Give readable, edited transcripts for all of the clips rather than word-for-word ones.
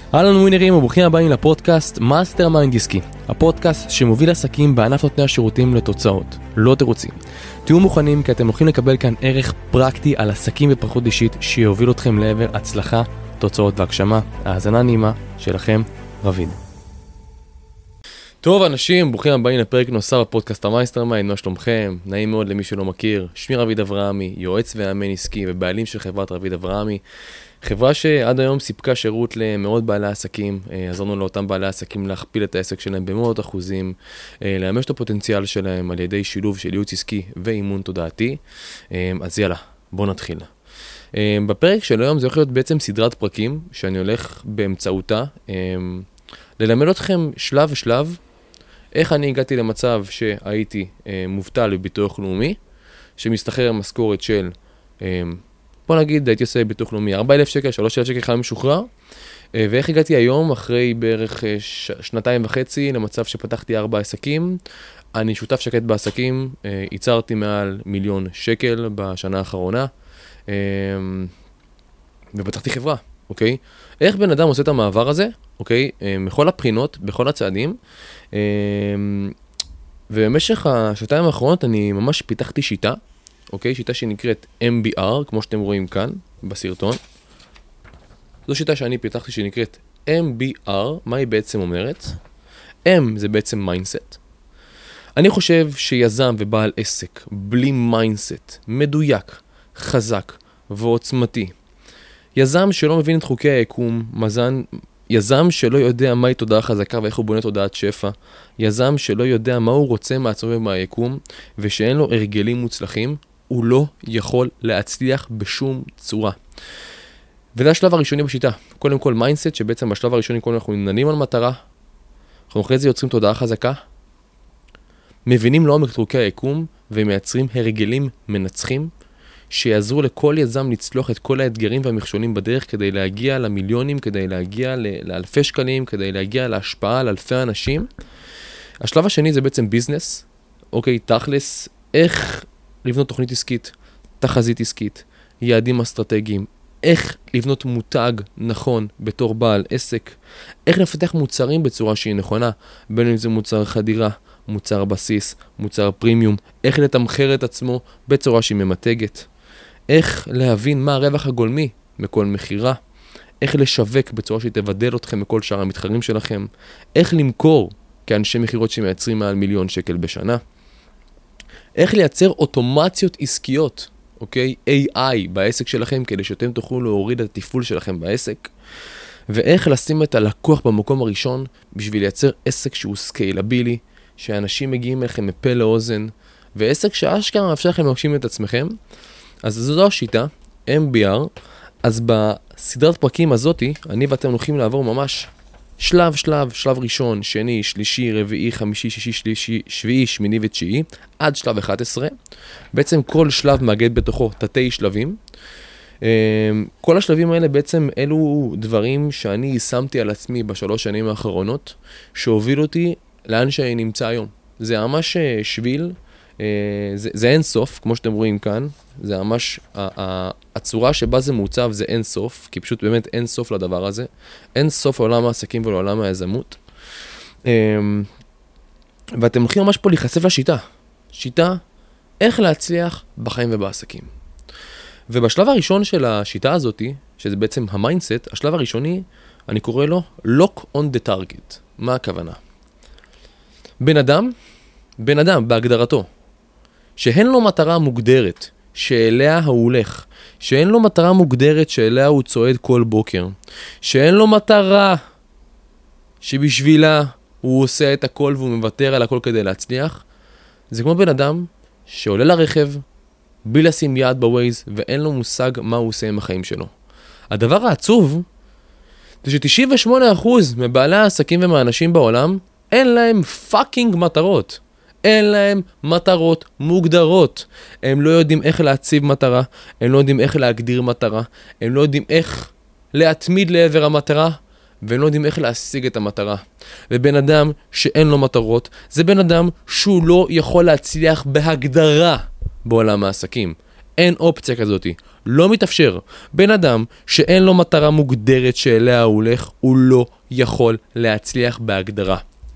אהלן ווינרים וברוכים הבאים לפודקאסט מאסטר מיינד עסקי, הפודקאסט שמוביל עסקים בענף נותני השירותים לתוצאות, לא תירוצים. תהיו מוכנים כי אתם הולכים לקבל כאן ערך פרקטי על עסקים ופרחות אישית שיוביל אתכם לעבר הצלחה, תוצאות והגשמה. האזנה נעימה שלכם, רביד. טוב אנשים, ברוכים הבאים לפרק נוסף בפודקאסט המאסטר מיינד, מה שלומכם? נעים מאוד למי שלא מכיר, שמי רביד אברהמי, יועץ ואמן עסקי ובעלים של חברת רביד אברהמי. חברה שעד היום סיפקה שירות למאות בעלי עסקים, עזרנו לאותם בעלי עסקים להכפיל את העסק שלהם במאות אחוזים, להמש את הפוטנציאל שלהם על ידי שילוב של ייעוץ עסקי ואימון תודעתי. אז יאללה, בואו נתחיל. בפרק של היום זה יכול להיות בעצם סדרת פרקים שאני הולך באמצעותה ללמד אתכם שלב ושלב איך אני הגעתי למצב שהייתי מובטל בביטוח לאומי, שמסתחרר משכורת של בוא נגיד, הייתי עושה ביטוח לאומי 4,000 שקל, 3,000 שקל חייל משוחרר, ואיך הגעתי היום, אחרי בערך 2.5 למצב שפתחתי 4 עסקים, אני שותף שקט בעסקים, ייצרתי מעל 1,000,000 שקל בשנה האחרונה, ופתחתי חברה, אוקיי? איך בן אדם עושה את המעבר הזה, אוקיי? מכל הבחינות, בכל הצעדים, ובמשך השנתיים האחרונות אני ממש פיתחתי שיטה, אוקיי? שיטה שנקראת MBR, כמו שאתם רואים כאן בסרטון. זו שיטה שאני פיתחתי שנקראת MBR. מה היא בעצם אומרת? M זה בעצם מיינדסט. אני חושב שיזם ובעל עסק בלי מיינדסט מדויק, חזק ועוצמתי, יזם שלא מבין את חוקי היקום, יזם שלא יודע מהי תודעה חזקה ואיך הוא בונה תודעת שפע, יזם שלא יודע מה הוא רוצה מעצמו ומהיקום ושאין לו הרגלים מוצלחים, הוא לא יכול להצליח בשום צורה. וזה השלב הראשוני בשיטה. קודם כל מיינדסט, שבעצם בשלב הראשוני קודם אנחנו נמנים על מטרה, אנחנו אחרי זה יוצרים תודעה חזקה, מבינים לעומק את חוקי היקום ומייצרים הרגלים מנצחים, שיעזרו לכל יזם לצלוח את כל האתגרים והמכשולים בדרך כדי להגיע למיליונים, כדי להגיע לאלפי שקלים, כדי להגיע להשפעה על אלפי אנשים. השלב השני זה בעצם ביזנס, אוקיי, תכלס, איך לבנות תוכנית עסקית, תחזית עסקית, יעדים אסטרטגיים, איך לבנות מותג נכון בתור בעל עסק, איך לפתח מוצרים בצורה שהיא נכונה, בין אם זה מוצר חדירה, מוצר בסיס, מוצר פרימיום, איך לתמחר את עצמו בצורה שהיא ממתגת, איך להבין מה הרווח הגולמי מכל מחירה, איך לשווק בצורה שהיא תבדל אתכם מכל שאר המתחרים שלכם, איך למכור כאנשי מחירות שמייצרים מעל 1,000,000 שקל בשנה, איך לייצר אוטומציות עסקיות, אוקיי? AI בעסק שלכם כדי שאתם תוכלו להוריד את התפעול שלכם בעסק, ואיך לשים את הלקוח במקום הראשון בשביל לייצר עסק שהוא סקיילבילי, שאנשים מגיעים אליכם מפה לאוזן, ועסק שאשכרה מאפשר לכם להגשים את עצמכם. אז זו השיטה, MBR. אז בסדרת פרקים הזאתי, אני ואתם הולכים לעבור ממש שלב, שלב ראשון, שני, שלישי, רביעי, חמישי, שישי, שלישי, שביעי, שמיני ותשיעי, עד שלב 11. בעצם כל שלב מאגד בתוכו תתי שלבים. כל השלבים האלה בעצם אלו דברים שאני שמתי על עצמי בשלוש שנים האחרונות, שהובילו אותי לאן שאני נמצא היום. זה ממש שביל, זה אין סוף, כמו שאתם רואים כאן, זה ממש, הצורה שבה זה מעוצב זה אין סוף, כי פשוט באמת אין סוף לדבר הזה, אין סוף לעולם העסקים ולעולם היזמות, ואתם הולכים ממש פה להיחשף לשיטה, שיטה איך להצליח בחיים ובעסקים. ובשלב הראשון של השיטה הזאת, שזה בעצם המיינדסט, השלב הראשוני, אני קורא לו lock on the target. מה הכוונה? בן אדם בהגדרתו, שאין לו מטרה מוגדרת שאליה הוא הולך, שאין לו מטרה מוגדרת שאליה הוא צועד כל בוקר, שאין לו מטרה שבשבילה הוא עושה את הכל והוא מוותר על הכל כדי להצליח, זה כמו בן אדם שעולה לרכב בלי לשים יד בווייז ואין לו מושג מה הוא עושה עם החיים שלו. הדבר העצוב זה ש98% מבעלי העסקים ומהאנשים בעולם אין להם פאקינג מטרות. אין להם מטרות מוגדרות. הם לא יודעים איך להציב מטרה, הם לא יודעים איך להגדיר מטרה, הם לא יודעים איך להתמיד לעבר המטרה, והם לא יודעים איך להשיג את המטרה. ובן אדם שאין לו מטרות, זה בן אדם שהוא לא יכול להצליח בהגדרה בעולם העסקים. אין אופציה כזאת. לא מתאפשר. בן אדם שאין לו מטרה מוגדרת שאליה הוא הולך, הוא לא יכול להצליח בהגדרה.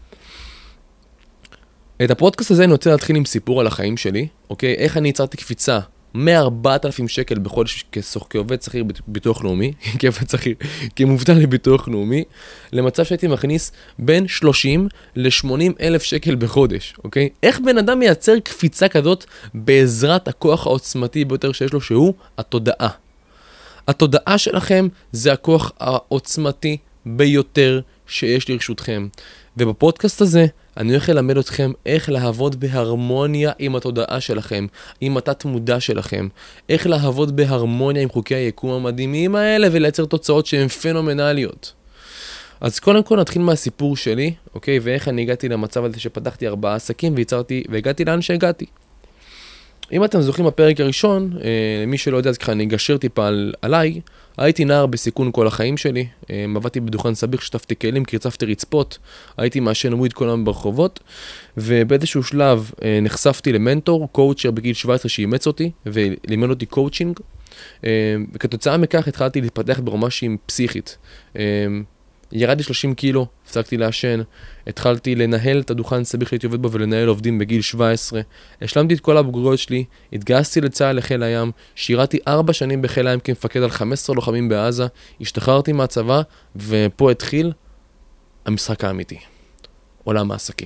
את הפודקאסט הזה אני רוצה להתחיל עם סיפור על החיים שלי, אוקיי? איך אני יצרתי קפיצה מ-4,000 שקל בחודש כעובד שכיר ביטוח לאומי, כמובטל לביטוח לאומי, למצב שהייתי מכניס בין 30 ל-80 אלף שקל בחודש, אוקיי? איך בן אדם מייצר קפיצה כזאת בעזרת הכוח העוצמתי ביותר שיש לו, שהוא התודעה. התודעה שלכם זה הכוח העוצמתי ביותר שיש לרשותכם. ובפודקאסט הזה אני הולך ללמד אתכם איך לעבוד בהרמוניה עם התודעה שלכם, עם התת מודע שלכם, איך לעבוד בהרמוניה עם חוקי היקום המדהימים האלה ולייצר תוצאות שהן פנומנליות. אז קודם כל נתחיל מהסיפור שלי, אוקיי? ואיך אני הגעתי למצב הזה שפתחתי 4 עסקים והגעתי לאן שהגעתי. אם אתם זוכרים בפרק הראשון, מי שלא יודע, אז ככה אני אגשר טיפה עליי, הייתי נער בסיכון כל החיים שלי, עבדתי בדוכן סביר, שטפתי כלים, קרצפתי רצפות, הייתי מעשן וויד כל היום ברחובות, ובאיזשהו שלב נחשפתי למנטור, קואוצ'ר בגיל 17 שאימץ אותי, ולימד אותי קואוצ'ינג, וכתוצאה מכך התחלתי להתפתח ברמה שהיא פסיכית. ירדתי 30 קילו, הפסקתי לעשן, התחלתי לנהל את הדוכן סביר שהייתי עובד בו ולנהל עובדים בגיל 17, השלמתי את כל הבוגרויות שלי, התגייסתי לצה"ל לחיל הים, שירתי 4 שנים בחיל הים כמפקד על 15 לוחמים בעזה, השתחררתי מהצבא, ופה התחיל המשחק האמיתי, עולם העסקים.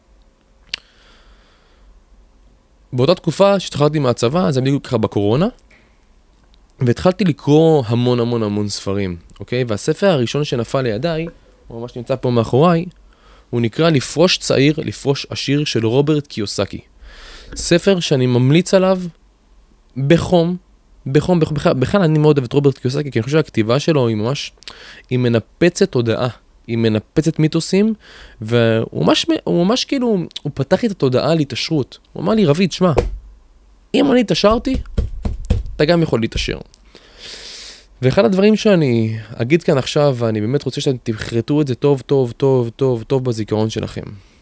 באותה תקופה שהשתחררתי מהצבא, אז אני ככה בקורונה, והתחלתי לקרוא המון ספרים, אוקיי? והספר הראשון שנפל לידיי, הוא ממש נמצא פה מאחוריי, הוא נקרא לפרוש צעיר, לפרוש עשיר של רוברט קיוסקי. ספר שאני ממליץ עליו בחום, בכלל אני מאוד אוהב את רוברט קיוסקי, כי אני חושב שהכתיבה שלו היא ממש, היא מנפצת תודעה, היא מנפצת מיתוסים, והוא ממש כאילו, הוא פתח את התודעה להתעשרות. הוא אמר לי, רביד, שמע, אם אני התעשרתי, אתה גם יכול להתעשר. ואחד הדברים שאני אגיד כאן עכשיו, ואני באמת רוצה שאתם תחרטו את זה טוב בזיכרון שלכם.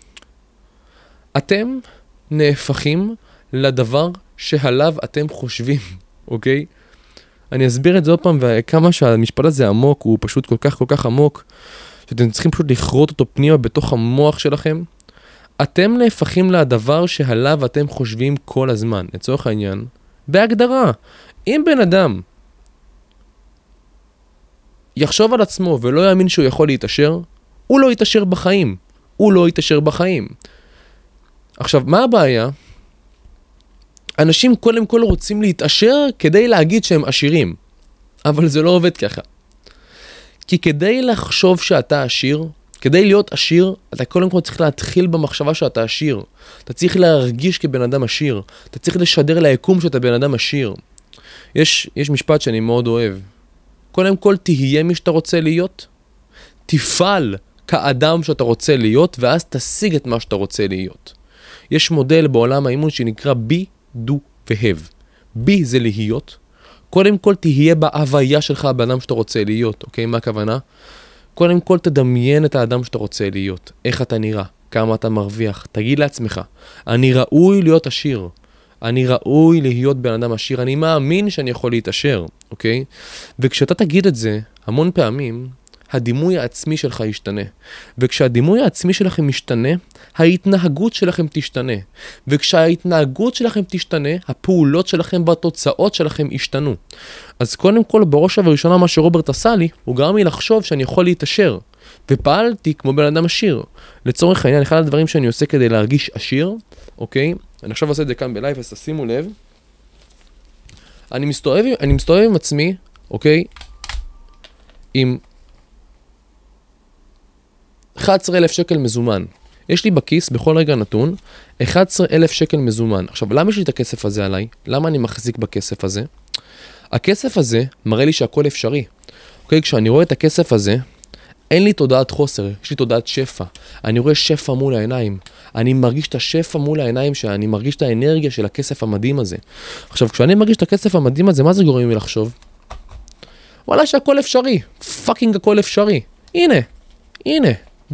אתם נהפכים לדבר שעליו אתם חושבים, אוקיי? אני אסביר את זה עוד פעם, וכמה שהמשפט הזה עמוק, הוא פשוט כל כך עמוק, שאתם צריכים פשוט לכרות אותו פנימה בתוך המוח שלכם. אתם נהפכים לדבר שעליו אתם חושבים כל הזמן, לצורך העניין. בהגדרה, אם בן אדם יחשוב על עצמו ולא יאמין שהוא יכול להתעשר, הוא לא יתעשר בחיים. הוא לא יתעשר בחיים. עכשיו, מה הבעיה? אנשים קודם כל רוצים להתעשר כדי להגיד שהם עשירים. אבל זה לא עובד ככה. כי כדי לחשוב שאתה עשיר, כדי להיות עשיר, אתה קודם כל צריך להתחיל במחשבה שאתה עשיר. אתה צריך להרגיש כבן אדם עשיר. אתה צריך לשדר ליקום שאתה בן אדם עשיר. יש משפט שאני מאוד אוהב. קודם כל תהיה מי שאתה רוצה להיות. תפעל כאדם שאתה רוצה להיות, ואז תשיג את מה שאתה רוצה להיות. יש מודל בעולם האימון שנקרא be, do ו-have. be זה להיות. קודם כל תהיה בהוויה שלך באדם שאתה רוצה להיות. אוקיי? מה הכוונה? קודם כל תדמיין את האדם שאתה רוצה להיות. איך אתה נראה? כמה אתה מרוויח? תגיד לעצמך, אני ראוי להיות עשיר. אני ראוי להיות בן אדם עשיר. אני מאמין שאני יכול להתעשר. אוקיי? וכשאתה תגיד את זה, המון פעמים, הדימוי העצמי שלך ישתנה. וכשהדימוי העצמי שלכם משתנה, ההתנהגות שלכם תשתנה. וכשההתנהגות שלכם תשתנה, הפעולות שלכם והתוצאות שלכם ישתנו. אז קודם כל, בראש ובראשונה, מה שרוברט עשה לי, הוא גרם לי לחשוב שאני יכול להתעשר. ופעלתי כמו בן אדם עשיר. לצורך העניין, אחד הדברים שאני עושה כדי להרגיש עשיר, אוקיי? אני עכשיו עושה את זה כאן בלייב, אז תשימו לב. אני מסתובב עם עצמי, אוקיי? עם 11,000 שקל מזומן. יש לי בכיס בכל רגע נתון 11,000 שקל מזומן. עכשיו, למה יש לי את הכסף הזה עליי? למה אני מחזיק בכסף הזה? הכסף הזה מראה לי שהכל אפשרי. אוקיי, כשאני רואה את הכסף הזה, אין לי תודעת חוסר, יש לי תודעת שפע. אני רואה שפע מול העיניים. אני מרגיש את השפע מול העיניים, שאני מרגיש את האנרגיה של הכסף המדהים הזה. עכשיו, כשאני מרגיש את הכסף המדהים הזה, מה זה גורם לי לחשוב? וואלה שהכל אפשרי. פאקינג הכל אפשרי. הנה,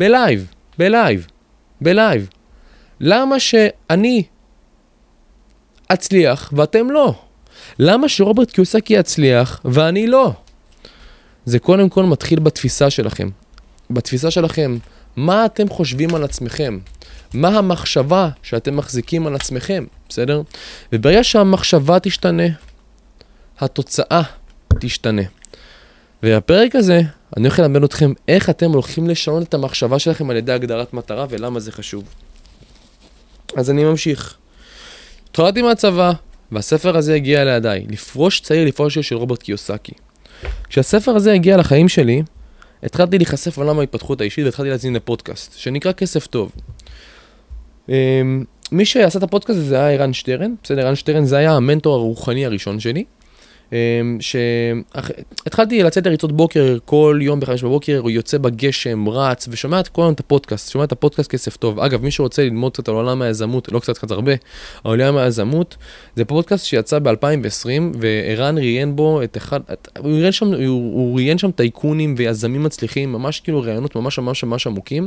בלייב. למה שאני אצליח ואתם לא? למה שרוברט קיוסקי יצליח ואני לא? זה קודם כל מתחיל בתפיסה שלכם. בתפיסה שלכם, מה אתם חושבים על עצמכם? מה המחשבה שאתם מחזיקים על עצמכם? בסדר? וברגע שהמחשבה תשתנה, התוצאה תשתנה. והפרק הזה, אני הולך ללמד אתכם איך אתם הולכים לשנות את המחשבה שלכם על ידי הגדרת מטרה ולמה זה חשוב. אז אני ממשיך. התחלתי מהצבא, והספר הזה הגיע לידיי. לפרוש צעיר, לפרוש של רוברט קיוסקי. כשהספר הזה הגיע לחיים שלי, התחלתי להיחשף על עולם ההתפתחות האישית והתחלתי להזין לפודקאסט, שנקרא כסף טוב. מי שעשה את הפודקאסט הזה היה ערן שטרן. בסדר, ערן שטרן זה היה המנטור הרוחני הראשון שלי. התחלתי לצאת לריצות בוקר כל יום ב5 בבוקר, הוא יוצא בגשם, רץ ושומע את כל הפודקאסט, שומע את הפודקאסט כסף טוב. אגב, מי שרוצה ללמוד קצת על עולם היזמות, לא קצת הרבה, העולם היזמות, זה פודקאסט שיצא ב-2020 וערן ראיין בו הוא ראיין שם טייקונים ויזמים מצליחים, ממש כאילו רעיונות ממש עמוקים,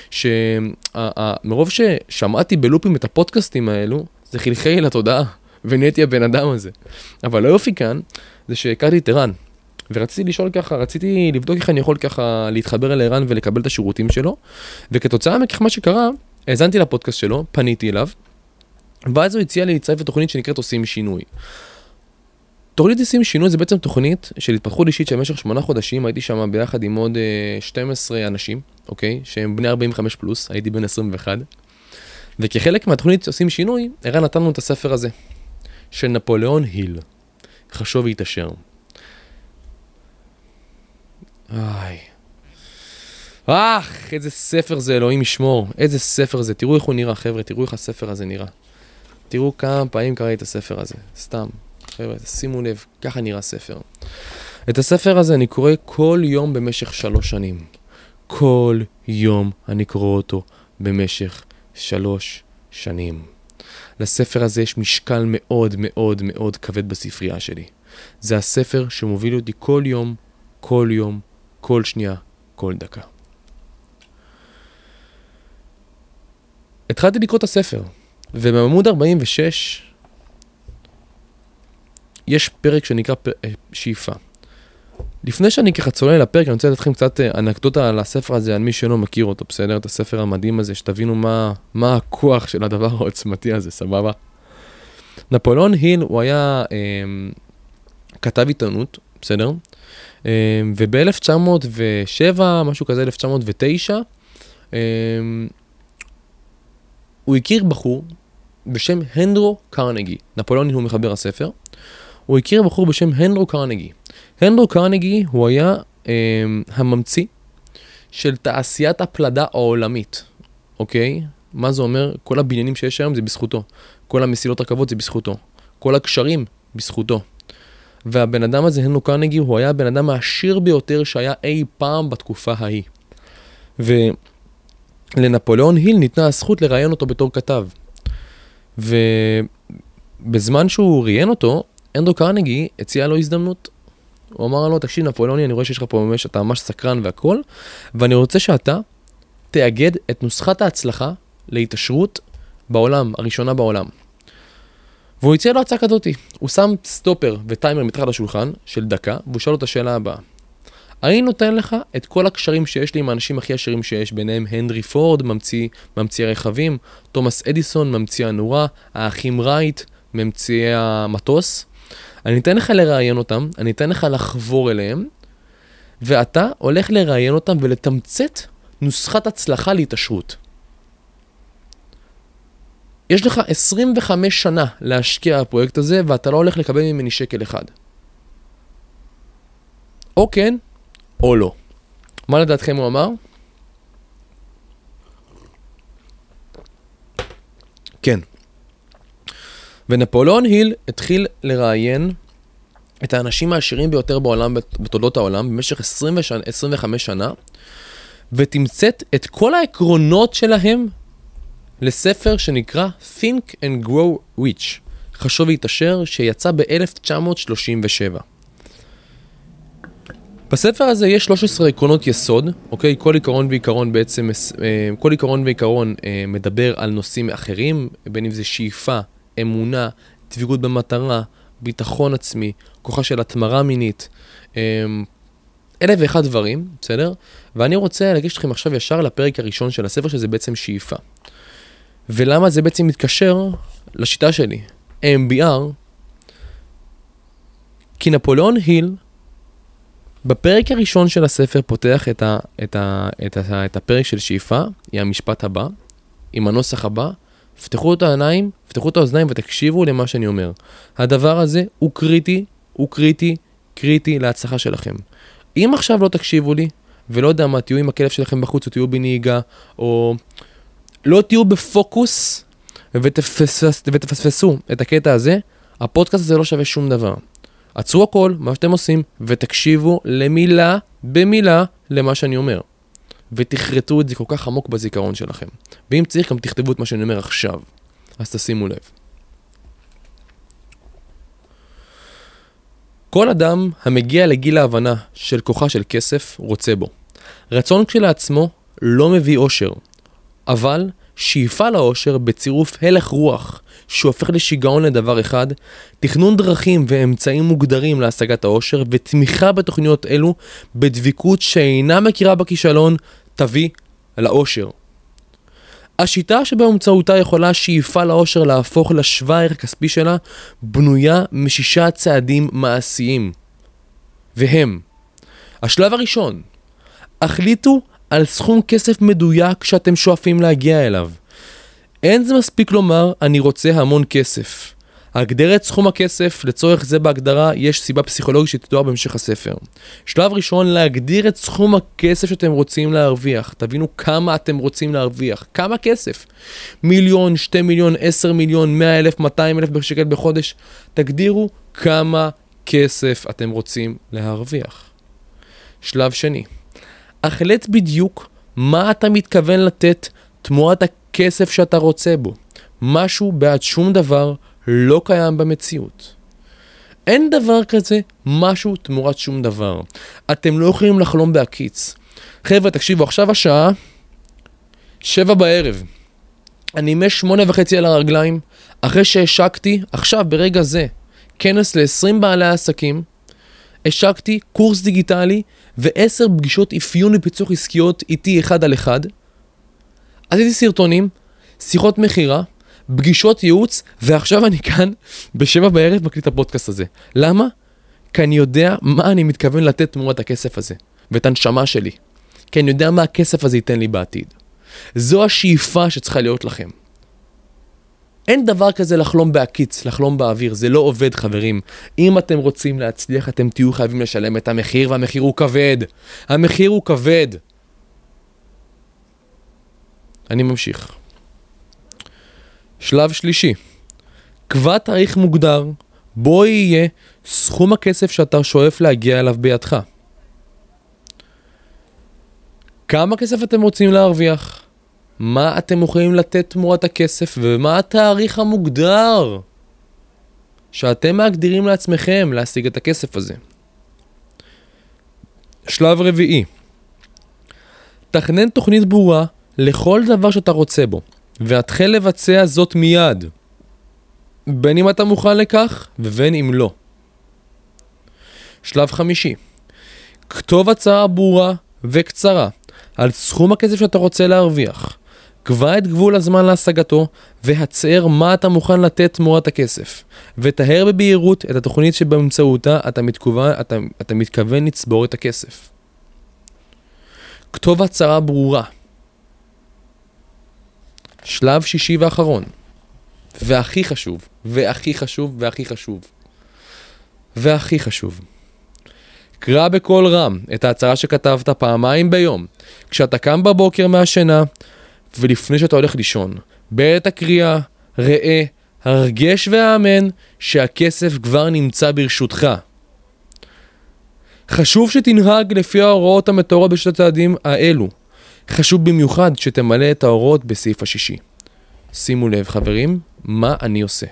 שמרוב ששמעתי בלופים את הפודקאסטים האלו, זה חלחל לי לתודעה. ונהייתי הבן אדם הזה. אבל היופי כאן, זה שהכרתי את ערן. ורציתי לשאול ככה, רציתי לבדוק איך אני יכול ככה להתחבר אל ערן ולקבל את השירותים שלו. וכתוצאה מכך מה שקרה, האזנתי לפודקאסט שלו, פניתי אליו, ואז הוא הציע לי להצטרף לתוכנית שנקראת עושים שינוי. תוכנית עושים שינוי זה בעצם תוכנית של התפתחות אישית של במשך 8 חודשים, הייתי שם ביחד עם עוד 12 אנשים, אוקיי? שהם בני 45 פלוס, הייתי בן 21. וכחלק מהתוכנית עושים שינוי, ערן נתן לנו את הספר הזה. של נפוליאון היל, חשוב והתעשר. איזה ספר זה, אלוהים ישמור, איזה ספר זה, תראו איך הוא נראה, חבר'ה, תראו איך הספר הזה נראה. תראו כמה פעמים קראתי את הספר הזה, סתם, חבר'ה, שימו לב, ככה נראה ספר. את הספר הזה אני קורא כל יום במשך 3 שנים. כל יום אני קורא אותו במשך 3 שנים. לספר הזה יש משקל מאוד מאוד מאוד כבד בספרייה שלי. זה הספר שמוביל אותי כל יום, כל יום, כל שנייה, כל דקה. התחלתי לקרוא את הספר, ובעמוד 46 יש פרק שנקרא שאיפה. לפני שאני ככה צולל לפרק, אני רוצה לתת לכם קצת אנקדוטה על הספר הזה, על מי שלא מכיר אותו, בסדר? את הספר המדהים הזה, שתבינו מה הכוח של הדבר העוצמתי הזה, סבבה? נפוליאון היל הוא היה כתב עיתונות, בסדר? וב-1907, משהו כזה, 1909, הוא הכיר בחור בשם הנדרו קרנגי. נפוליאון היל הוא מחבר הספר. הוא הכיר בחור בשם הנדרו קרנגי. הנדרו קרנגי הוא היה הממציא של תעשיית הפלדה העולמית, אוקיי? מה זה אומר? כל הבניינים שיש היום זה בזכותו. כל המסילות רכבות זה בזכותו. כל הקשרים בזכותו. והבן אדם הזה, הנדרו קרנגי, הוא היה הבן אדם העשיר ביותר שהיה אי פעם בתקופה ההיא. ולנפוליאון היל ניתנה הזכות לראיין אותו בתור כתב. ובזמן שהוא ראיין אותו, הנדרו קרנגי הציע לו הזדמנות. הוא אמר לו, תקשיב נפוליאוני, אני רואה שיש לך פה ממש, אתה ממש סקרן והכל, ואני רוצה שאתה תאגד את נוסחת ההצלחה להתעשרות בעולם, הראשונה בעולם. והוא הציע לו הצעה כזאתי. הוא שם סטופר וטיימר מתחת לשולחן של דקה, והוא שאל לו את השאלה הבאה. אני נותן לך את כל הקשרים שיש לי עם האנשים הכי עשירים שיש, ביניהם הנדרי פורד, ממציא הרכבים, תומאס אדיסון, ממציא הנורה, האחים רייט, ממציא המטוס. אני אתן לך לראיין אותם, אני אתן לך לחבור אליהם, ואתה הולך לראיין אותם ולתמצת נוסחת הצלחה להתעשרות. יש לך 25 שנה להשקיע בפרויקט הזה, ואתה לא הולך לקבל ממני שקל אחד. או כן, או לא. מה לדעתכם הוא אמר? כן. ונפוליאון היל התחיל לראיין את האנשים העשירים ביותר בעולם, בתולדות העולם, במשך 25 שנה, ותמצאת את כל העקרונות שלהם לספר שנקרא Think and Grow Rich, חשוב והתעשר, שיצא ב-1937. בספר הזה יש 13 עקרונות יסוד, אוקיי? כל עיקרון ועיקרון מדבר על נושאים אחרים, בין אם זה שאיפה, אמונה, דבקות במטרה, ביטחון עצמי, כוחה של התמרה מינית, 1,001 דברים, בסדר? ואני רוצה להגיש לכם עכשיו ישר לפרק הראשון של הספר, שזה בעצם שאיפה. ולמה זה בעצם מתקשר לשיטה שלי? MBR, כי נפוליאון היל, בפרק הראשון של הספר פותח את הפרק של שאיפה, היא המשפט הבא, עם הנוסח הבא, פתחו את העיניים, פתחו את האוזניים ותקשיבו למה שאני אומר. הדבר הזה הוא קריטי להצלחה שלכם. אם עכשיו לא תקשיבו לי, ולא יודע מה, תהיו עם הכלב שלכם בחוץ, או תהיו בנהיגה, או לא תהיו בפוקוס, ותפספסו את הקטע הזה, הפודקאסט הזה לא שווה שום דבר. עצרו הכל, מה שאתם עושים, ותקשיבו למילה במילה למה שאני אומר. ותחרטו את זה כל כך עמוק בזיכרון שלכם. ואם צריך, גם תכתבו את מה שאני אומר עכשיו. אז תשימו לב. כל אדם המגיע לגיל ההבנה של כוחה של כסף רוצה בו. רצון כשלעצמו לא מביא אושר, אבל שאיפה לאושר בצירוף הלך רוח שהופך לשיגעון לדבר אחד, תכנון דרכים ואמצעים מוגדרים להשגת האושר ותמיכה בתוכניות אלו בדביקות שאינה מכירה בכישלון תביא לאושר. השיטה שבאמצעותה יכולה שאיפה לאושר להפוך לשווי הערך הכספי שלה בנויה מ6 צעדים מעשיים. והם: השלב הראשון, החליטו על סכום כסף מדויק שאתם שואפים להגיע אליו. אין זה מספיק לומר אני רוצה המון כסף. הגדר את סכום הכסף, לצורך זה בהגדרה יש סיבה פסיכולוגית שתתואר בהמשך הספר. שלב ראשון, להגדיר את סכום הכסף שאתם רוצים להרוויח. תבינו כמה אתם רוצים להרוויח. כמה כסף? 1,000,000, 2,000,000, 10,000,000, 100,000, 200,000 שקל בחודש. תגדירו כמה כסף אתם רוצים להרוויח. שלב שני, החלט בדיוק מה אתה מתכוון לתת תמורת הכסף שאתה רוצה בו. משהו בעד שום דבר לא קיים במציאות. אין דבר כזה משהו תמורת שום דבר. אתם לא יכולים לחלום בהקיץ. חבר'ה, תקשיבו, עכשיו השעה 7 בערב. אני 8:30 על הרגליים, אחרי שהשקתי, עכשיו ברגע זה, כנס ל-20 בעלי העסקים, השקתי קורס דיגיטלי ו10 פגישות אפיון ופיצוח עסקיות איתי 1 על 1. עשיתי סרטונים, שיחות מחירה, פגישות ייעוץ, ועכשיו אני כאן ב7 בערב מקליט הפודקאסט הזה. למה? כי אני יודע מה אני מתכוון לתת תמורת הכסף הזה, ואת הנשמה שלי. כי אני יודע מה הכסף הזה ייתן לי בעתיד. זו השאיפה שצריכה להיות לכם. אין דבר כזה לחלום בהקיץ, לחלום באוויר, זה לא עובד חברים. אם אתם רוצים להצליח, אתם תהיו חייבים לשלם את המחיר, והמחיר הוא כבד. המחיר הוא כבד. אני ממשיך. שלב שלישי, קבע תאריך מוגדר, בו יהיה סכום הכסף שאתה שואף להגיע אליו בידך. כמה כסף אתם רוצים להרוויח? מה אתם מוכנים לתת תמורת הכסף? ומה התאריך המוגדר שאתם מגדירים לעצמכם להשיג את הכסף הזה? שלב רביעי, תכנן תוכנית ברורה לכל דבר שאתה רוצה בו, והתחל לבצע זאת מיד, בין אם אתה מוכן לכך ובין אם לא. שלב חמישי, כתוב הצעה ברורה וקצרה על סכום הכסף שאתה רוצה להרוויח. קבע את גבול הזמן להשגתו והצער מה אתה מוכן לתת תמורת הכסף, ותהר בבהירות את התוכנית שבאמצעותה אתה מתכוון לצבור את הכסף. כתוב הצעה ברורה. שלב שישי ואחרון, והכי חשוב, והכי חשוב, והכי חשוב, והכי חשוב. קרא בקול רם את ההצהרה שכתבת פעמיים ביום, כשאתה קם בבוקר מהשינה, ולפני שאתה הולך לישון. בעת הקריאה, ראה, הרגש והאמן שהכסף כבר נמצא ברשותך. חשוב שתנהג לפי ההוראות המתוארות בשלושת הצעדים האלו. חשוב במיוחד שתמלא את ההוראות בסעיף השישי. שימו לב חברים, מה אני עושה.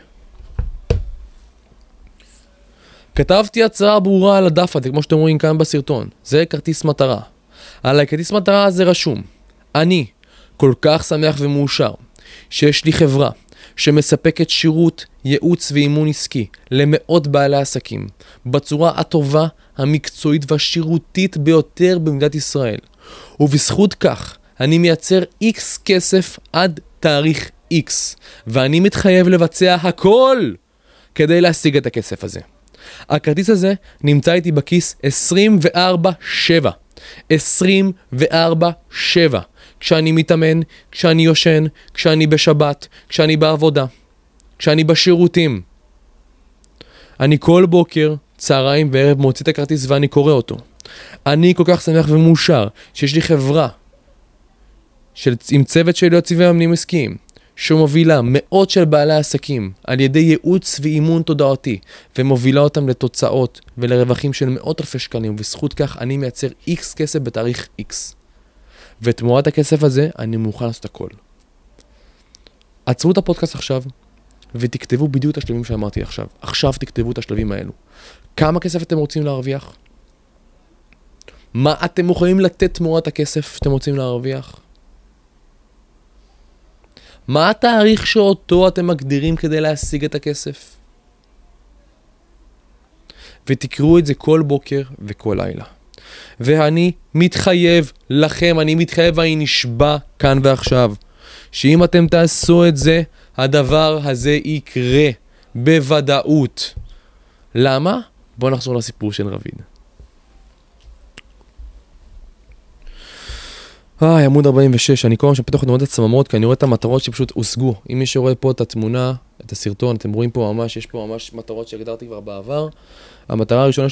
כתבתי הצעה ברורה על הדף הזה, כמו שאתם רואים כאן בסרטון. זה כרטיס מטרה. על הכרטיס מטרה הזה רשום: אני כל כך שמח ומאושר שיש לי חברה שמספקת שירות, ייעוץ ואימון עסקי למאות בעלי עסקים, בצורה הטובה, המקצועית והשירותית ביותר במדינת ישראל. ובזכות כך, אני מייצר X כסף עד תאריך X, ואני מתחייב לבצע הכל כדי להשיג את הכסף הזה. הכרטיס הזה נמצא איתי בכיס 24/7. 24/7. כשאני מתאמן, כשאני יושן, כשאני בשבת, כשאני בעבודה, כשאני בשירותים. אני כל בוקר, צהריים וערב מוציא את הכרטיס ואני קורא אותו. אני כל כך שמח ומאושר שיש לי חברה עם צוות של יועצים ומאמנים עסקיים, שמובילה מאות של בעלי עסקים על ידי ייעוץ ואימון תודעתי, ומובילה אותם לתוצאות ולרווחים של מאות אלפי שקלים, ובזכות כך אני מייצר X כסף בתאריך X. ותמורת הכסף הזה אני מוכן לעשות הכל. עצרו את הפודקאסט עכשיו, ותכתבו בדיוק את השלבים שאמרתי עכשיו. עכשיו תכתבו את השלבים האלו. כמה כסף אתם רוצים להרוויח? מה אתם מוכנים לתת תמורת הכסף שאתם רוצים להרוויח? מה התאריך שאותו אתם מגדירים כדי להשיג את הכסף? ותקראו את זה כל בוקר וכל לילה. ואני מתחייב לכם, אני מתחייב ואני נשבע כאן ועכשיו, שאם אתם תעשו את זה, הדבר הזה יקרה בוודאות. למה? בואו נחזור לסיפור של רביד. עמוד 46, אני כל הזמן שפתוח את הצממות, כי אני רואה את המטרות שפשוט הושגו. אם מי שרואה פה את התמונה, את הסרטון, אתם רואים פה ממש, יש פה ממש מטרות שהגדרתי כבר בעבר. המטרה הראשונה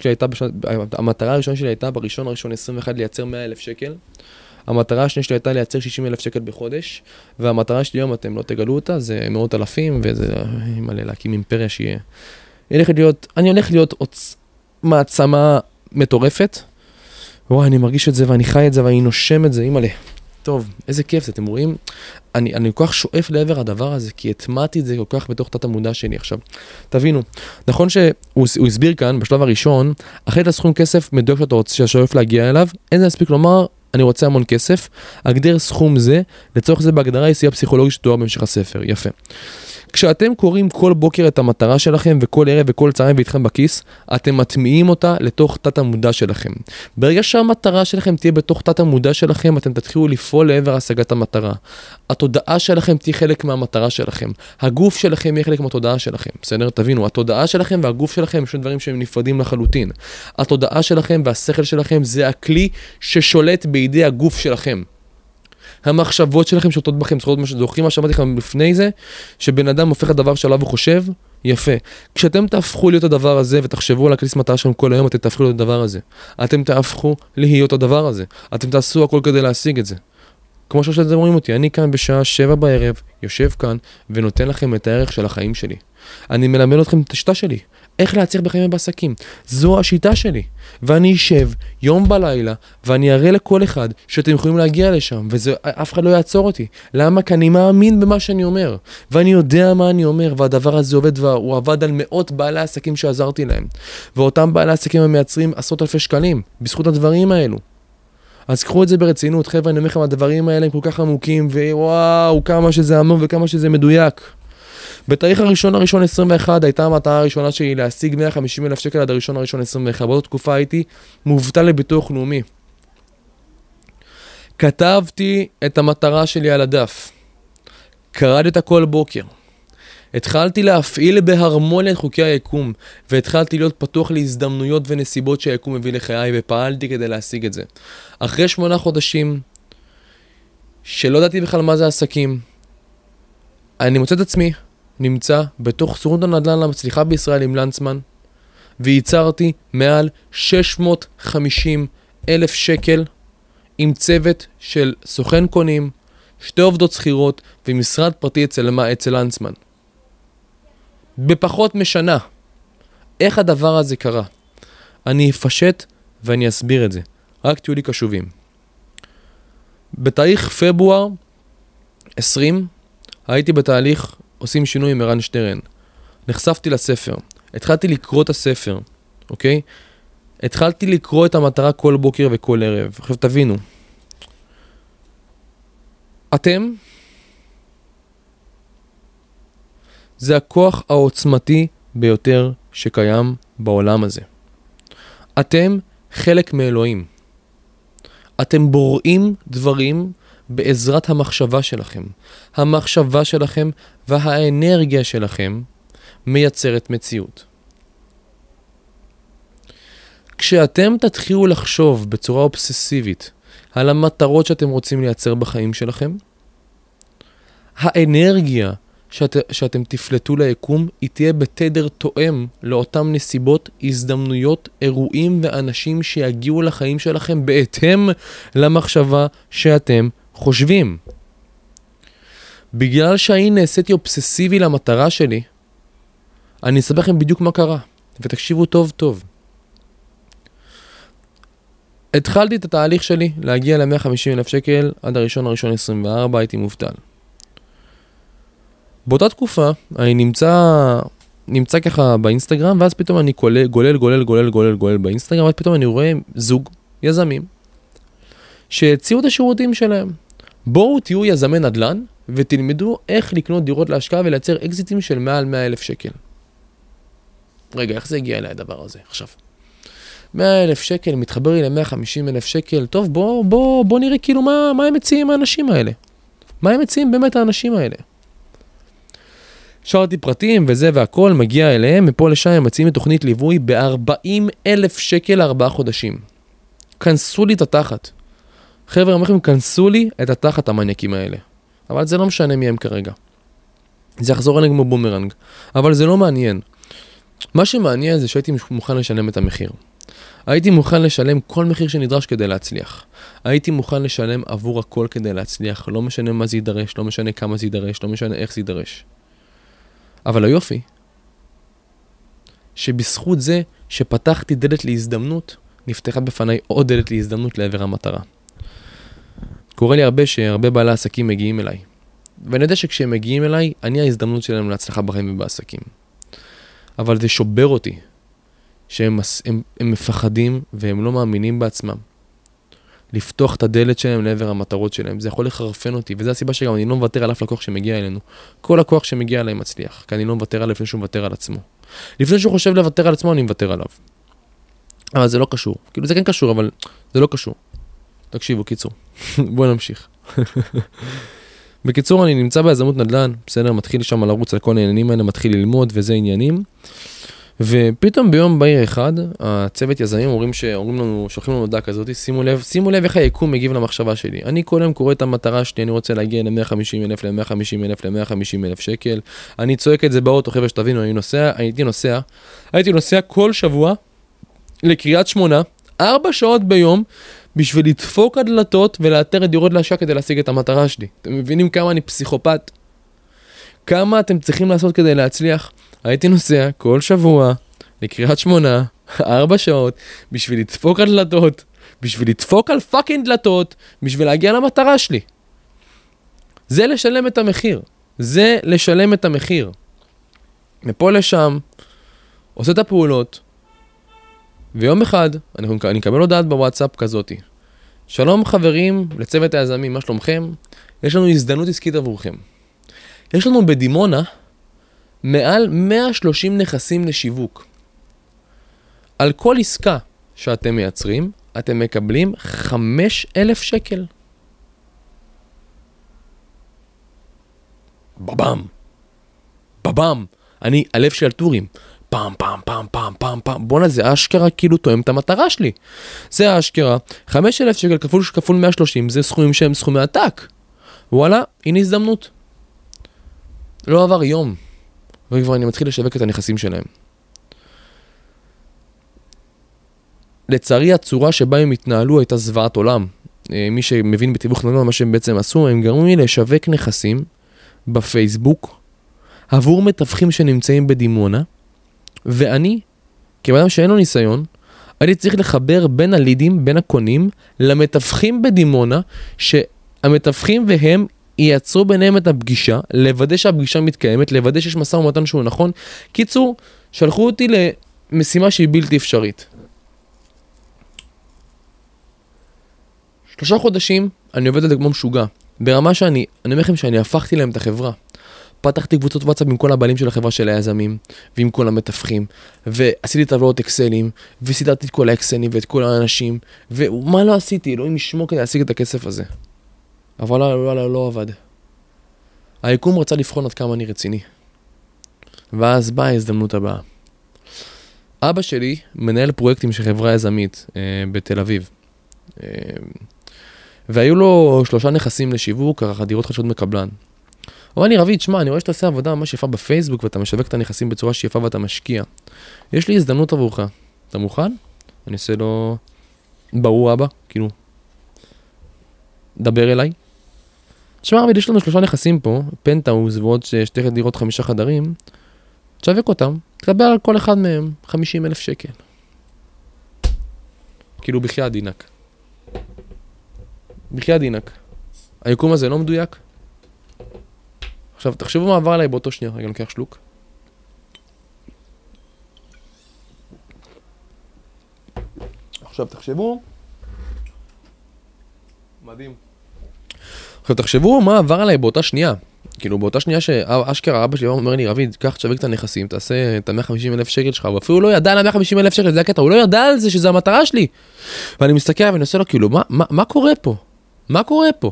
שלי הייתה בראשון 21 לייצר 100,000 שקל. המטרה השנייה שלי הייתה לייצר 60,000 שקל בחודש. והמטרה שלי היום, אתם לא תגלו אותה, זה מאות אלפים, וזה מלא להקים אימפריה שיהיה. אני הולך להיות מעצמה מטורפת. וואי, אני מרגיש את זה ואני חי את זה ואני נושם את זה, אימא'לה. טוב, איזה כיף זה, אתם רואים? אני כל כך שואף לעבר הדבר הזה, כי התמעתי את זה כל כך בתוך תת המודע שלי. עכשיו, תבינו, נכון שהוא הסביר כאן, בשלב הראשון, אחרי הסכום כסף מדויק שאתה שואף להגיע אליו, אין זה מספיק לומר, אני רוצה המון כסף, אגדיר סכום זה, לצורך זה בהגדרה יסיעה פסיכולוגית שתואר בהמשך הספר, יפה. כשאתם קוראים כל בוקר את המטרה שלכם וכל ערב וכל צהריים ואיתכם בכיס, אתם מטמיעים אותה לתוך תת המודע שלכם. ברגע שהמטרה שלכם תהיה בתוך תת המודע שלכם, אתם תתחילו לפעול לעבר השגת המטרה. התודעה שלכם תהיה חלק מהמטרה שלכם. הגוף שלכם יהיה חלק מהתודעה שלכם. בסדר? תבינו, התודעה שלכם והגוף שלכם הם שני דברים שהם נפרדים לחלוטין. התודעה שלכם והשכל שלכם זה הכלי ששולט בידי הגוף שלכם. המחשבות שלכם שולטות בכם, זוכרים מה שאמרתי לכם לפני זה, שבן אדם הופך לדבר שעליו הוא חושב, יפה. כשאתם תהפכו להיות הדבר הזה ותחשבו על הכרטיס מטרה שלכם כל היום, אתם תהפכו להיות הדבר הזה. אתם תהפכו להיות הדבר הזה. אתם תעשו הכל כדי להשיג את זה. כמו שאתם רואים אותי, אני כאן בשעה 7 בערב, יושב כאן ונותן לכם את הערך של החיים שלי. אני מלמד אתכם את השיטה שלי. איך להצליח בחיים ובעסקים. זו השיטה שלי. ואני אשב יום בלילה, ואני אראה לכל אחד שאתם יכולים להגיע לשם, ואף אחד לא יעצור אותי. למה? כי אני מאמין במה שאני אומר. ואני יודע מה אני אומר, והדבר הזה עובד, והוא עבד על מאות בעלי עסקים שעזרתי להם. ואותם בעלי עסקים הם מייצרים עשרות אלפי שקלים, בזכות הדברים האלו. אז קחו את זה ברצינות, חבר'ה, אני אומר לכם, הדברים האלה הם כל כך עמוקים, ווואו, כמה שזה עמוק וכמה שזה מדויק. בתאריך הראשון 21 הייתה המטרה הראשונה שלי להשיג 150,000 שקל עד הראשון 21. באותה תקופה הייתי מובטל לביטוח לאומי. כתבתי את המטרה שלי על הדף. קראתי אותה כל בוקר. התחלתי להפעיל בהרמוניה את חוקי היקום, והתחלתי להיות פתוח להזדמנויות ונסיבות שהיקום מביא לחיי, ופעלתי כדי להשיג את זה. אחרי 8 חודשים, שלא ידעתי בכלל מה זה עסקים, אני מוצא את עצמי, נמצא בתוך סוכנות הנדל"ן המצליחה בישראל עם לנצמן, וייצרתי מעל 650,000 שקל עם צוות של סוכן קונים, 2 עובדות שכירות ומשרד פרטי אצל לנצמן. בפחות משנה. איך הדבר הזה קרה? אני אפשט ואני אסביר את זה. רק תהיו לי קשובים. בתאריך פברואר 20 הייתי בתהליך עושים שינוי עם ערן שטרן. נחשפתי לספר. התחלתי לקרוא את הספר. אוקיי? התחלתי לקרוא את המטרה כל בוקר וכל ערב. עכשיו תבינו. אתם זה הכוח העוצמתי ביותר שקיים בעולם הזה. אתם חלק מאלוהים. אתם בוראים דברים בעזרת המחשבה שלכם. המחשבה שלכם והאנרגיה שלכם מייצרת מציאות. כשאתם תתחילו לחשוב בצורה אובססיבית על המטרות שאתם רוצים לייצר בחיים שלכם, האנרגיה שאתם תפלטו ליקום היא תהיה בתדר תואם לאותם נסיבות, הזדמנויות, אירועים ואנשים שיגיעו לחיים שלכם בהתאם למחשבה שאתם חושבים. בגלל שאני נעשיתי אובססיבי למטרה שלי, אני אספר לכם בדיוק מה קרה, ותקשיבו טוב טוב. התחלתי את התהליך שלי להגיע ל-150,000 שקל עד הראשון 24, הייתי מובטל. באותה תקופה אני נמצא ככה באינסטגרם, ואז פתאום אני גולל באינסטגרם, ואז פתאום אני רואה זוג יזמים שהציעו את השירותים שלהם. בואו תהיו יזמי נדל"ן ותלמדו איך לקנות דירות להשקעה ולייצר אקזיטים של מעל 100,000 שקל. רגע, איך זה הגיע אליי הדבר הזה עכשיו? 100,000 שקל, מתחבר לי ל-150,000 שקל, טוב בוא נראה כאילו מה הם מציעים האנשים האלה. מה הם מציעים באמת האנשים האלה? שרתי פרטים וזה והכל מגיע אליהם, מפה לשם הם מציעים תוכנית ליווי ב-40,000 שקל 4 חודשים. כנסו לי את התחת. חבר'ה, אמרתם, כנסו לי את התחת המניאקים האלה. אבל זה לא משנה מי הם כרגע. זה יחזור עליהם כמו בומרנג. אבל זה לא מעניין. מה שמעניין זה שהייתי מוכן לשלם את המחיר. הייתי מוכן לשלם כל מחיר שנדרש כדי להצליח. הייתי מוכן לשלם עבור הכל כדי להצליח. לא משנה מה זה יידרש, לא משנה כמה זה יידרש, לא משנה איך זה יידרש. אבל היופי, שבזכות זה שפתחתי דלת להזדמנות, נפתחה בפניי עוד דלת להזדמנות לעבר המטרה. קורה לי שהרבה בעלי עסקים מגיעים אליי. ואני יודע שכשהם מגיעים אליי, אני ההזדמנות שלהם להצלחה בחיים ובעסקים. אבל זה שובר אותי, שהם מפחדים והם לא מאמינים בעצמם. לפתוח את הדלת שלהם לעבר המטרות שלהם. זה יכול לחרפן אותי, וזו הסיבה שגם אני לא מוותר על אף לקוח שמגיע אלינו. כל לקוח שמגיע אליי מצליח, כי אני לא מוותר עליו לפני שהוא מוותר על עצמו. לפני שהוא חושב לוותר על עצמו, אני מוותר עליו. אבל זה לא קשור. כאילו זה כן קשור, אבל זה לא קשור. תקשיבו, קיצור. בואו נמשיך. בקיצור, אני נמצא ביזמות נדל"ן, בסדר, מתחיל שם לרוץ על כל העניינים האלה, מתחיל ללמוד וזה עניינים. ופתאום ביום בהיר אחד, הצוות יזמים אומרים לנו, שולחים לנו הודעה כזאת, שימו לב איך היקום מגיב למחשבה שלי. אני כל יום קורא את המטרה שלי, אני רוצה להגיע ל-150,000 שקל. אני צועק את זה באוטו, חבר'ה, שתבינו, הייתי נוסע כל שבוע לקריית שמונה, 4 שעות ביום, בשביל לדפוק הדלתות ולאתר את דירות להשקעה כדי להשיג את המטרה שלי. אתם מבינים כמה אני פסיכופת? כמה אתם צריכים לעשות כדי להצליח? הייתי נוסע כל שבוע לקריית שמונה, 4 שעות, בשביל לדפוק על דלתות, בשביל לדפוק על פאקינג דלתות, בשביל להגיע למטרה שלי. זה לשלם את המחיר. זה לשלם את המחיר. מפה לשם, עושה את הפעולות, ויום אחד אני אקבל הודעת בוואטסאפ כזאתי. שלום חברים, לצוות היזמים, מה שלומכם? יש לנו הזדמנות עסקית עבורכם. יש לנו בדימונה מעל 130 נכסים לשיווק. על כל עסקה שאתם מייצרים, אתם מקבלים 5,000 שקל. בבם. אני הלב של טורים. פעם. בונה, זה אשכרה כאילו תואם את המטרה שלי. זה אשכרה. 5,000 שקל כפול 130, זה סכומים שהם סכומי עתק. וואלה, הנה הזדמנות. לא עבר יום, וכבר אני מתחיל לשווק את הנכסים שלהם. לצערי, הצורה שבה הם התנהלו הייתה זוועת עולם. מי שמבין בתיווך נדל"ן מה שהם בעצם עשו, הם גרמו לי לשווק נכסים בפייסבוק, עבור מתווכים שנמצאים בדימונה, ואני, כבאדם שאין לו ניסיון, הייתי צריך לחבר בין הלידים, בין הקונים, למתווכים בדימונה, שהמתווכים והם ייצרו ביניהם את הפגישה, לוודא שהפגישה מתקיימת, לוודא שיש משא ומתן שהוא נכון. קיצור, שלחו אותי למשימה שהיא בלתי אפשרית. 3 חודשים אני עובד על זה כמו משוגע. ברמה שאני אומר לכם שאני הפכתי להם את החברה. פתחתי קבוצות וואטסאפ עם כל הבעלים של החברה של היזמים, ועם כל המתווכים, ועשיתי טבלאות אקסלים, וסידרתי את כל האקסלים ואת כל האנשים, ומה לא עשיתי? אלוהים ישמור כדי להשיג את הכסף הזה. אבל לא עבד. היקום רצה לבחון עד כמה אני רציני. ואז באה ההזדמנות הבאה. אבא שלי מנהל פרויקטים של חברה יזמית בתל אביב. והיו לו 3 נכסים לשיווק, ככה דירות חדשות מקבלן. הוא אמר לי, רביד, שמע, אני רואה שאתה עושה עבודה ממש יפה בפייסבוק, ואתה משווק את הנכסים בצורה שיפה ואתה משקיע. יש לי הזדמנות עבורך. אתה מוכן? אני עושה לו... ברור, אבא, כאילו... דבר אליי. תשמע, רביד, יש לנו 3 נכסים פה, פנטהאוז ועוד 2 דירות 5 חדרים. תשווק אותם, תקבל על כל אחד מהם 50,000 שקל. כאילו בחייאת דינק. בחייאת דינק. היקום הזה לא מדויק. עכשיו, תחשבו מה עבר עליי באותו שנייה. רגע, לוקח שלוק. עכשיו, תחשבו. מדהים. עכשיו, תחשבו מה עבר עליי באותה שנייה. כאילו, באותה שנייה שאשכרה, אבא שלי אומר לי, רביד, קח, תשווק את הנכסים, תעשה את ה-150,000 שקל שלך, ואפילו לא ידע על ה-150,000 שקל, זה הקטע, הוא לא ידע על זה, שזה המטרה שלי. ואני מסתכל ואני עושה לו, כאילו, מה קורה פה? מה קורה פה?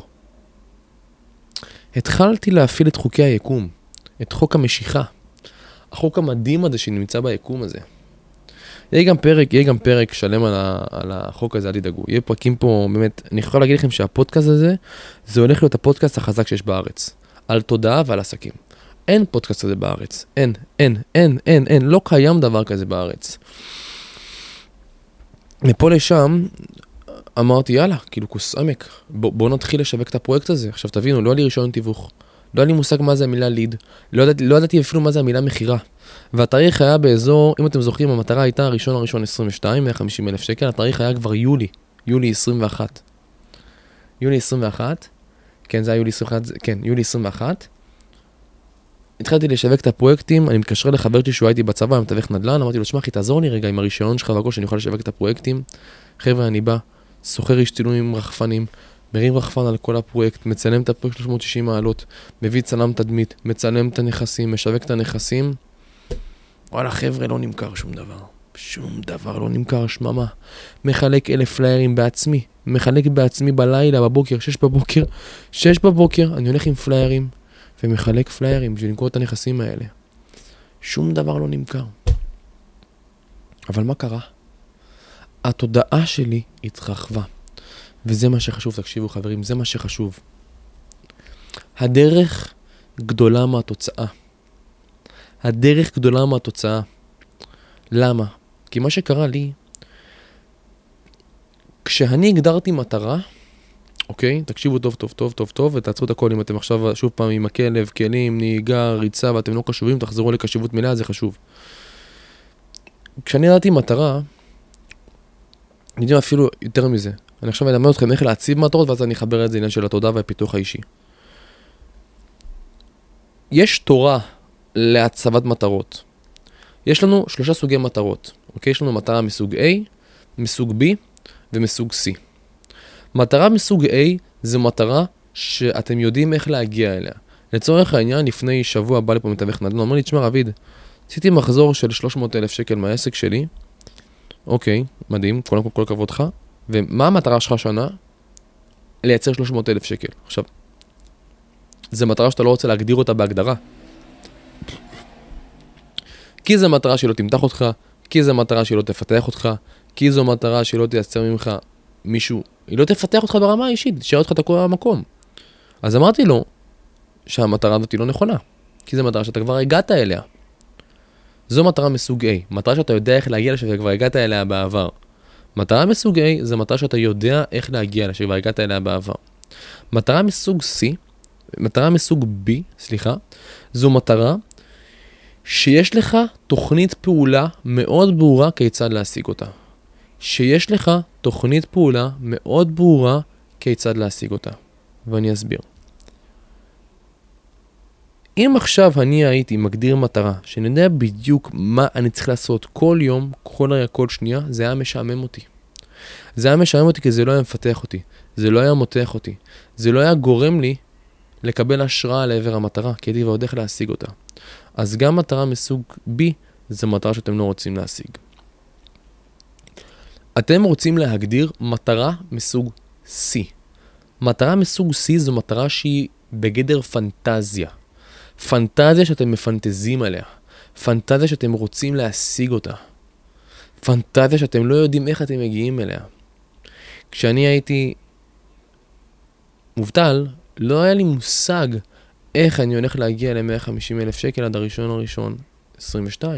התחלתי להפעיל את חוקי היקום, את חוק המשיכה, החוק המדהים הזה שנמצא ביקום הזה. יהיה גם פרק שלם על החוק הזה, אל תדאגו. יהיה פרקים פה, באמת, אני יכול להגיד לכם שהפודקאסט הזה, זה הולך להיות הפודקאסט החזק שיש בארץ. על תודעה ועל עסקים. אין פודקאסט הזה בארץ. אין. לא קיים דבר כזה בארץ. מפה לשם, אמרתי, יאללה, כאילו כוס עמק. בוא נתחיל לשווק את הפרויקט הזה. עכשיו תבינו, לא היה לי רישיון תיווך. לא היה לי מושג מה זה המילה ליד. לא ידעתי אפילו מה זה המילה מחירה. והתאריך היה באזור, אם אתם זוכרים, המטרה הייתה ראשון 22, 150,000 שקל. התאריך היה כבר יולי 21. יולי 21. כן, זה היה יולי 21. התחלתי לשווק את הפרויקטים, אני מתקשר לחבר שלי שהוא הייתי בצבא, מתווך נדל"ן, אמרתי לו, שמע, אחי, תעזור לי רגע עם הרישיון שלך והכל, שאני יכול לשווק את הפרויקטים. חבר'ה, אני בא, סוחר איש צילום עם רחפנים, מרים רחפן על כל הפרויקט, מצלם את הפרויקט 360 מעלות, מביא צלם תדמית, מצלם את הנכסים, משווק את הנכסים. וואלה, חבר'ה, לא נמכר שום דבר לא נמכר, שממה. מחלק 1,000 פליירים בעצמי, מחלק בעצמי בלילה, בבוקר, 6 בבוקר, אני הולך עם פליירים, ומחלק פליירים בשביל למכור את הנכסים האלה. שום דבר לא נמכר. אבל מה קרה? התודעה שלי התרחבה. וזה מה שחשוב, תקשיבו חברים, זה מה שחשוב. הדרך גדולה מהתוצאה. למה? כי מה שקרה לי, כשאני הגדרתי מטרה, אוקיי? תקשיבו טוב, ותעצרו את הכל אם אתם עכשיו שוב פעם עם הכלב, כלים, נהיגה, ריצה, ואתם לא קשובים, תחזרו לקשיבות מלאה, זה חשוב. כשאני ידעתי מטרה, אני יודע אפילו יותר מזה. אני עכשיו אלמד אתכם איך להציב מטרות, ואז אני אחבר את זה לעניין של התודעה והפיתוח האישי. יש תורה להצבת מטרות. יש לנו 3 סוגי מטרות, אוקיי? יש לנו מטרה מסוג A, מסוג B ומסוג C. מטרה מסוג A זה מטרה שאתם יודעים איך להגיע אליה. לצורך העניין, לפני שבוע בא לפה מתווך נדל"ן, אומר לי, תשמע רביד, עשיתי מחזור של 300,000 שקל מהעסק שלי, אוקיי, מדהים, כל כבוד לך, ומה המטרה שלך שנה? לייצר 300,000 שקל. עכשיו, זו מטרה שאתה לא רוצה להגדיר אותה בהגדרה. כי זו מטרה שלא תמתח אותך, כי זו מטרה שלא תפתח אותך, כי זו מטרה שלא תייצר ממך מישהו, היא לא תפתח אותך ברמה האישית, תשאר אותך את הכל במקום. אז אמרתי לו שהמטרה הזאת היא לא נכונה, כי זו מטרה שאתה כבר הגעת אליה. זו מטרה מסוג A, מטרה שאתה יודע איך להגיע לשם וכבר הגעת אליה בעבר. מטרה מסוג A זה מטרה שאתה יודע איך להגיע אליה שכבר הגעת אליה בעבר. מטרה מסוג B, זו מטרה שיש לך תוכנית פעולה מאוד ברורה כיצד להשיג אותה. ואני אסביר. אם עכשיו אני הייתי מגדיר מטרה, שאני יודע בדיוק מה אני צריך לעשות כל יום, כל שנייה, זה היה משעמם אותי. כי זה לא היה מפתח אותי, זה לא היה מותח אותי, זה לא היה גורם לי לקבל השראה לעבר המטרה, כי הייתי ועוד איך להשיג אותה. אז גם מטרה מסוג B, זו מטרה שאתם לא רוצים להשיג. אתם רוצים להגדיר מטרה מסוג C. מטרה מסוג C זו מטרה שהיא בגדר פנטזיה. פנטזיה שאתם מפנטזים עליה. פנטזיה שאתם רוצים להשיג אותה. פנטזיה שאתם לא יודעים איך אתם מגיעים אליה. כשאני הייתי מובטל, לא היה לי מושג איך אני הולך להגיע ל-150,000 שקל עד הראשון 22.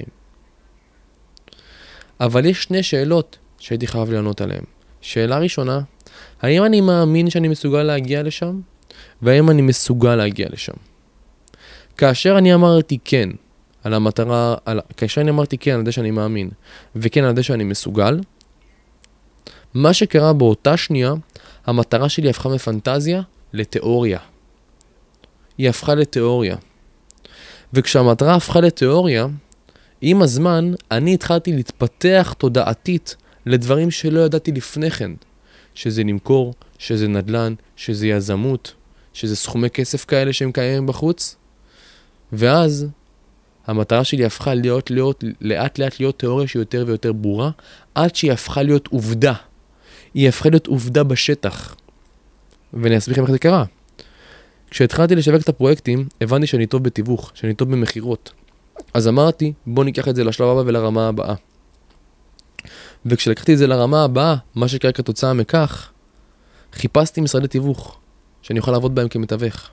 אבל יש שני שאלות שהייתי חייב לענות עליהן. שאלה ראשונה, האם אני מאמין שאני מסוגל להגיע לשם? והאם אני מסוגל להגיע לשם? כאשר אני אמרתי כן על המטרה, כאשר אני אמרתי כן על זה שאני מאמין, וכן על זה שאני מסוגל, מה שקרה באותה שנייה, המטרה שלי הפכה מפנטזיה לתיאוריה. היא הפכה לתיאוריה. וכשהמטרה הפכה לתיאוריה, עם הזמן אני התחלתי להתפתח תודעתית לדברים שלא ידעתי לפני כן. שזה למכור, שזה נדל"ן, שזה יזמות, שזה סכומי כסף כאלה שהם קיימים בחוץ. ואז המטרה שלי הפכה לאט לאט להיות תיאוריה שהיא יותר ויותר ברורה, עד שהיא הפכה להיות עובדה. היא הפכה להיות עובדה בשטח. ואני אסביר לכם איך זה קרה. כשהתחלתי לשווק את הפרויקטים, הבנתי שאני טוב בתיווך, שאני טוב במחירות. אז אמרתי, בוא ניקח את זה לשלב הבא ולרמה הבאה. וכשלקחתי את זה לרמה הבאה, מה שקרה כתוצאה מכך, חיפשתי משרדי תיווך, שאני אוכל לעבוד בהם כמתווך.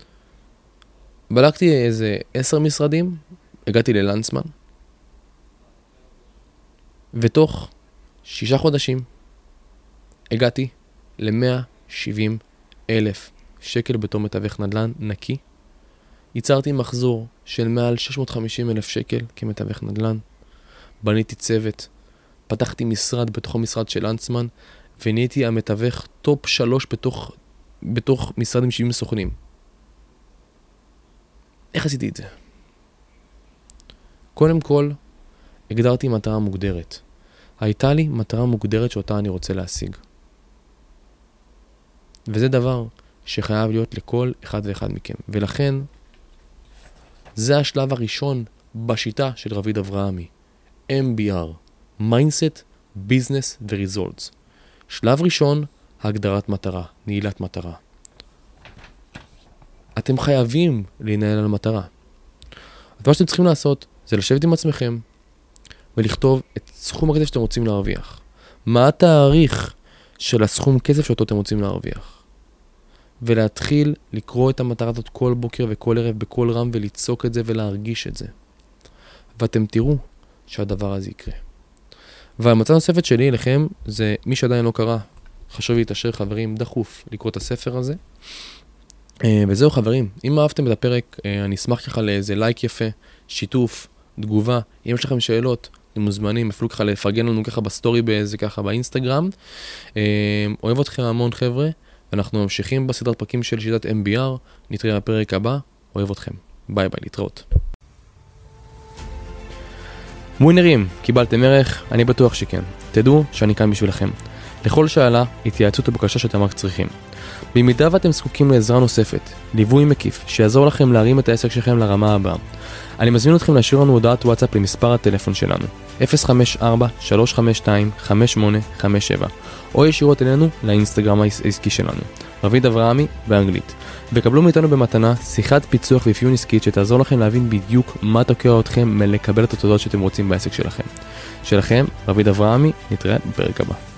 בדקתי איזה 10 משרדים, הגעתי ללנצמן, ותוך 6 חודשים, הגעתי ל-170,000 שקל בתור מתווך נדל"ן נקי. ייצרתי מחזור של מעל 650,000 שקל כמתווך נדל"ן. בניתי צוות, פתחתי משרד בתוך המשרד של לנצמן, ונהייתי המתווך טופ 3 בתוך משרד עם 70 סוכנים. איך עשיתי את זה? קודם כל, הגדרתי מטרה מוגדרת. הייתה לי מטרה מוגדרת שאותה אני רוצה להשיג. וזה דבר שחייב להיות לכל אחד ואחד מכם. ולכן, זה השלב הראשון בשיטה של רביד אברהמי. MBR, Mindset, Business ו-Results. שלב ראשון, הגדרת מטרה, נעילת מטרה. אתם חייבים להנהל על מטרה. מה שאתם צריכים לעשות, זה לשבת עם עצמכם, ולכתוב את סכום הכסף שאתם רוצים להרוויח. מה התאריך של הסכום כסף שאותו אתם רוצים להרוויח? ולהתחיל לקרוא את המטרה הזאת כל בוקר וכל ערב בכל רם וליצוק את זה ולהרגיש את זה. ואתם תראו שהדבר הזה יקרה. והמצאה נוספת שלי אליכם זה מי שעדיין לא קרא, חשוב להתאשר חברים דחוף לקרוא את הספר הזה. וזהו חברים, אם אהבתם את הפרק, אני אשמח ככה לאיזה לייק יפה, שיתוף, תגובה. אם יש לכם שאלות, אתם מוזמנים, אפילו ככה לפרגן לנו ככה בסטורי באיזה ככה באינסטגרם. אוהב אתכם המון חבר'ה, ואנחנו ממשיכים בסדרת פרקים של שיטת MBR. נתראה בפרק הבא, אוהב אתכם. ביי ביי, להתראות. ווינרים, קיבלתם ערך? אני בטוח שכן. תדעו שאני כאן בשבילכם. לכל שאלה, התייעצות ובקשה שאתם רק צריכים. במידה ואתם זקוקים לעזרה נוספת, ליווי מקיף, שיעזור לכם להרים את העסק שלכם לרמה הבאה, אני מזמין אתכם להשאיר לנו הודעת וואטסאפ למספר הטלפון שלנו 054-352-5857 או ישירות אלינו לאינסטגרם העסקי שלנו רביד אברהמי באנגלית, וקבלו מאיתנו במתנה שיחת פיצוח ואפיון עסקית שתעזור לכם להבין בדיוק מה תוקע אתכם מלקבל את התודות שאתם רוצים בעסק שלכם. רביד אברהמי, נתראה בפרק הבא.